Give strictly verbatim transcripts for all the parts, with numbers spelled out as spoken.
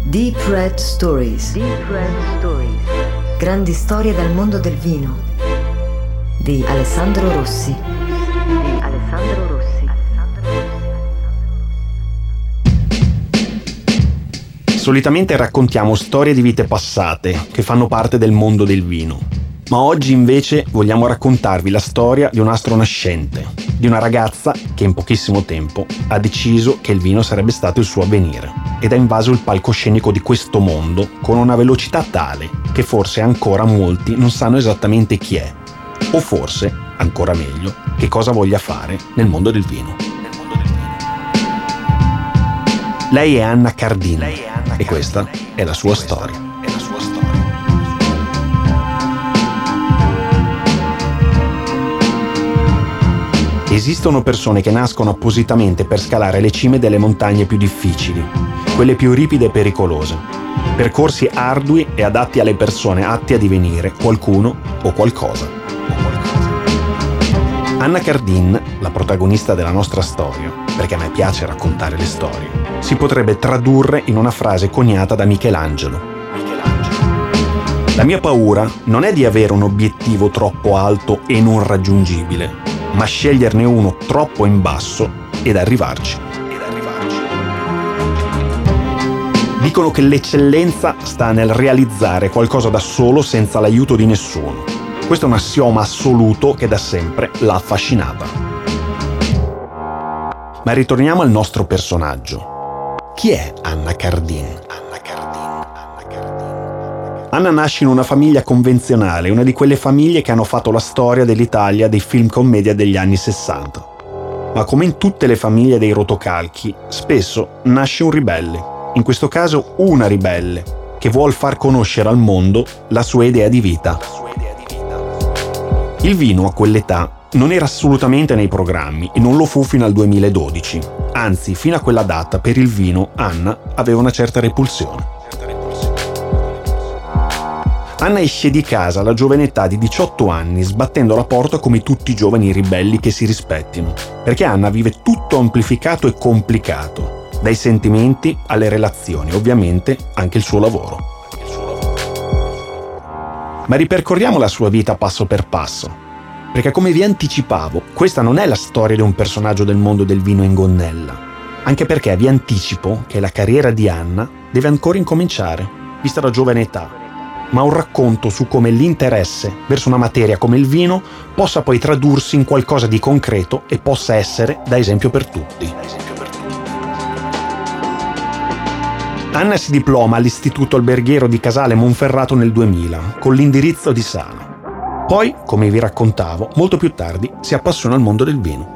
Deep Red Stories. Deep Red Stories. Grandi storie dal mondo del vino di Alessandro Rossi. Di Alessandro Rossi. Solitamente raccontiamo storie di vite passate che fanno parte del mondo del vino, ma oggi invece vogliamo raccontarvi la storia di un astro nascente, di una ragazza che in pochissimo tempo ha deciso che il vino sarebbe stato il suo avvenire ed ha invaso il palcoscenico di questo mondo con una velocità tale che forse ancora molti non sanno esattamente chi è, o forse, ancora meglio, che cosa voglia fare nel mondo del vino. Lei è Anna Cardin e questa è la sua storia. Esistono persone che nascono appositamente per scalare le cime delle montagne più difficili, quelle più ripide e pericolose, percorsi ardui e adatti alle persone atte a divenire qualcuno o qualcosa. Anna Cardin, la protagonista della nostra storia, perché a me piace raccontare le storie, si potrebbe tradurre in una frase coniata da Michelangelo. La mia paura non è di avere un obiettivo troppo alto e non raggiungibile, ma sceglierne uno troppo in basso ed arrivarci. Ed arrivarci. Dicono che l'eccellenza sta nel realizzare qualcosa da solo senza l'aiuto di nessuno. Questo è un assioma assoluto che da sempre l'ha affascinata. Ma ritorniamo al nostro personaggio. Chi è Anna Cardin? Anna Cardin, Anna Cardin. Anna nasce in una famiglia convenzionale, una di quelle famiglie che hanno fatto la storia dell'Italia dei film commedia degli anni sessanta. Ma come in tutte le famiglie dei rotocalchi, spesso nasce un ribelle, in questo caso una ribelle, che vuol far conoscere al mondo la sua idea di vita. Il vino a quell'età non era assolutamente nei programmi e non lo fu fino al duemiladodici. Anzi, fino a quella data per il vino Anna aveva una certa repulsione. Anna esce di casa alla giovane età di diciotto anni, sbattendo la porta come tutti i giovani ribelli che si rispettino, perché Anna vive tutto amplificato e complicato, dai sentimenti alle relazioni, ovviamente anche il suo lavoro. Ma ripercorriamo la sua vita passo per passo, perché come vi anticipavo, questa non è la storia di un personaggio del mondo del vino in gonnella, anche perché vi anticipo che la carriera di Anna deve ancora incominciare, vista la giovane età, ma un racconto su come l'interesse verso una materia come il vino possa poi tradursi in qualcosa di concreto e possa essere da esempio per tutti. Anna si diploma all'Istituto Alberghiero di Casale Monferrato nel duemila, con l'indirizzo di Sala. Poi, come vi raccontavo, molto più tardi si appassiona al mondo del vino.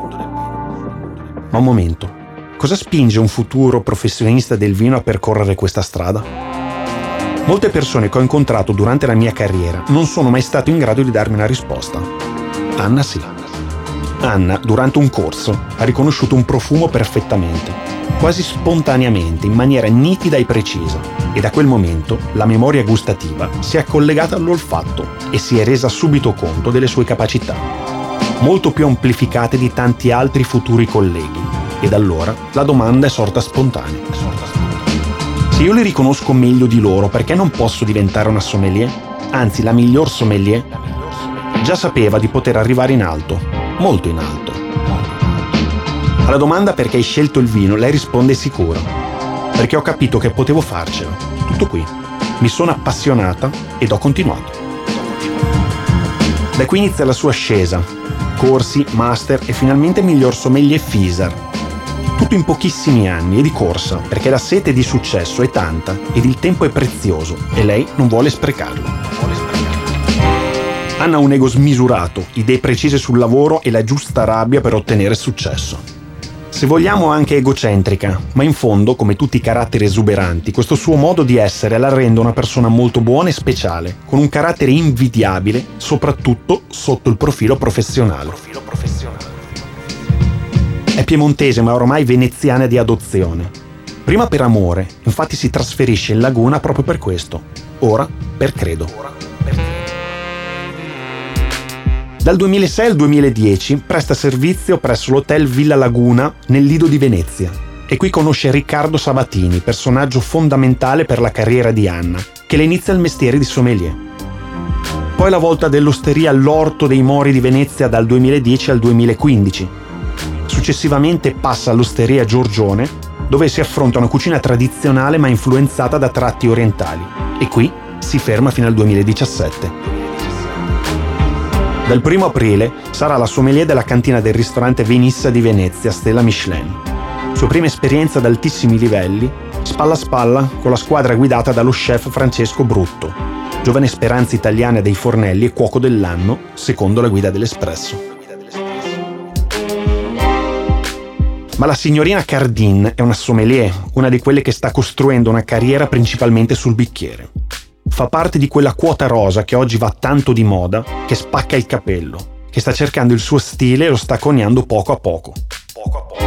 Ma un momento, cosa spinge un futuro professionista del vino a percorrere questa strada? Molte persone che ho incontrato durante la mia carriera non sono mai stato in grado di darmi una risposta. Anna sì. Anna, durante un corso, ha riconosciuto un profumo perfettamente, quasi spontaneamente, in maniera nitida e precisa, e da quel momento la memoria gustativa si è collegata all'olfatto e si è resa subito conto delle sue capacità, molto più amplificate di tanti altri futuri colleghi, ed allora la domanda è sorta spontanea. È sorta spontanea. Se io li riconosco meglio di loro, perché non posso diventare una sommelier? Anzi, la miglior sommelier già sapeva di poter arrivare in alto, molto in alto. Alla domanda perché hai scelto il vino, lei risponde sicura. Perché ho capito che potevo farcela. Tutto qui. Mi sono appassionata ed ho continuato. Da qui inizia la sua ascesa. Corsi, master e finalmente miglior sommelier Fisar. Tutto in pochissimi anni e di corsa, perché la sete di successo è tanta ed il tempo è prezioso e lei non vuole sprecarlo. Anna ha un ego smisurato, idee precise sul lavoro e la giusta rabbia per ottenere successo. Se vogliamo anche egocentrica, ma in fondo, come tutti i caratteri esuberanti, questo suo modo di essere la rende una persona molto buona e speciale, con un carattere invidiabile, soprattutto sotto il profilo professionale. Profilo professionale. È piemontese ma ormai veneziana di adozione. Prima per amore, infatti si trasferisce in Laguna proprio per questo. Ora per credo. Dal duemilasei al duemiladieci presta servizio presso l'hotel Villa Laguna nel Lido di Venezia e qui conosce Riccardo Sabatini, personaggio fondamentale per la carriera di Anna, che le inizia il mestiere di sommelier. Poi la volta dell'osteria all'Orto dei Mori di Venezia dal duemiladieci al duemilaquindici. Successivamente passa all'osteria Giorgione, dove si affronta una cucina tradizionale ma influenzata da tratti orientali, e qui si ferma fino al duemiladiciassette. Dal primo aprile sarà la sommelier della cantina del ristorante Venissa di Venezia, stella Michelin. Sua prima esperienza ad altissimi livelli, spalla a spalla con la squadra guidata dallo chef Francesco Brutto, giovane speranza italiana dei fornelli e cuoco dell'anno, secondo la guida dell'Espresso. Ma la signorina Cardin è una sommelier, una di quelle che sta costruendo una carriera principalmente sul bicchiere. Fa parte di quella quota rosa che oggi va tanto di moda, che spacca il capello, che sta cercando il suo stile e lo sta coniando poco a poco. Poco a poco.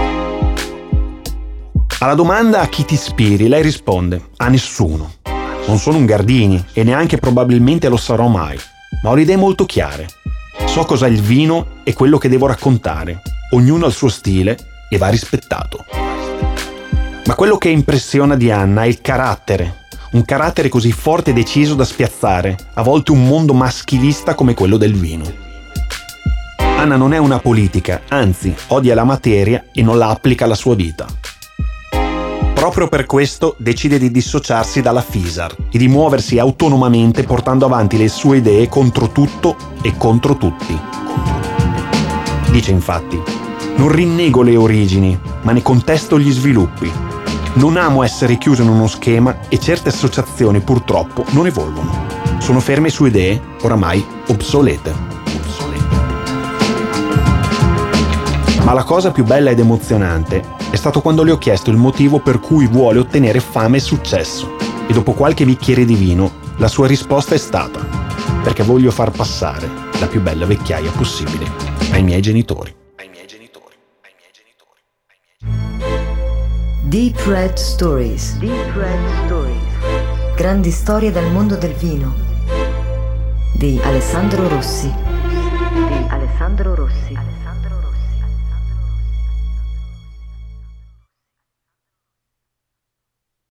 Alla domanda a chi ti ispiri, lei risponde: a nessuno. Non sono un Gardini e neanche probabilmente lo sarò mai, ma ho le idee molto chiare. So cos'è il vino e quello che devo raccontare. Ognuno ha il suo stile e va rispettato. Ma quello che impressiona di Anna è il carattere. Un carattere così forte e deciso da spiazzare, a volte un mondo maschilista come quello del vino. Anna non è una politica, anzi, odia la materia e non la applica alla sua vita. Proprio per questo decide di dissociarsi dalla Fisar e di muoversi autonomamente portando avanti le sue idee contro tutto e contro tutti. Dice infatti: non rinnego le origini, ma ne contesto gli sviluppi. Non amo essere chiuso in uno schema e certe associazioni purtroppo non evolvono. Sono ferme su idee oramai obsolete. obsolete. Ma la cosa più bella ed emozionante è stato quando le ho chiesto il motivo per cui vuole ottenere fame e successo. E dopo qualche bicchiere di vino, la sua risposta è stata: perché voglio far passare la più bella vecchiaia possibile ai miei genitori. Deep Red Stories. Deep Red Stories. Grandi storie dal mondo del vino di Alessandro Rossi. Di Alessandro Rossi. Alessandro Rossi.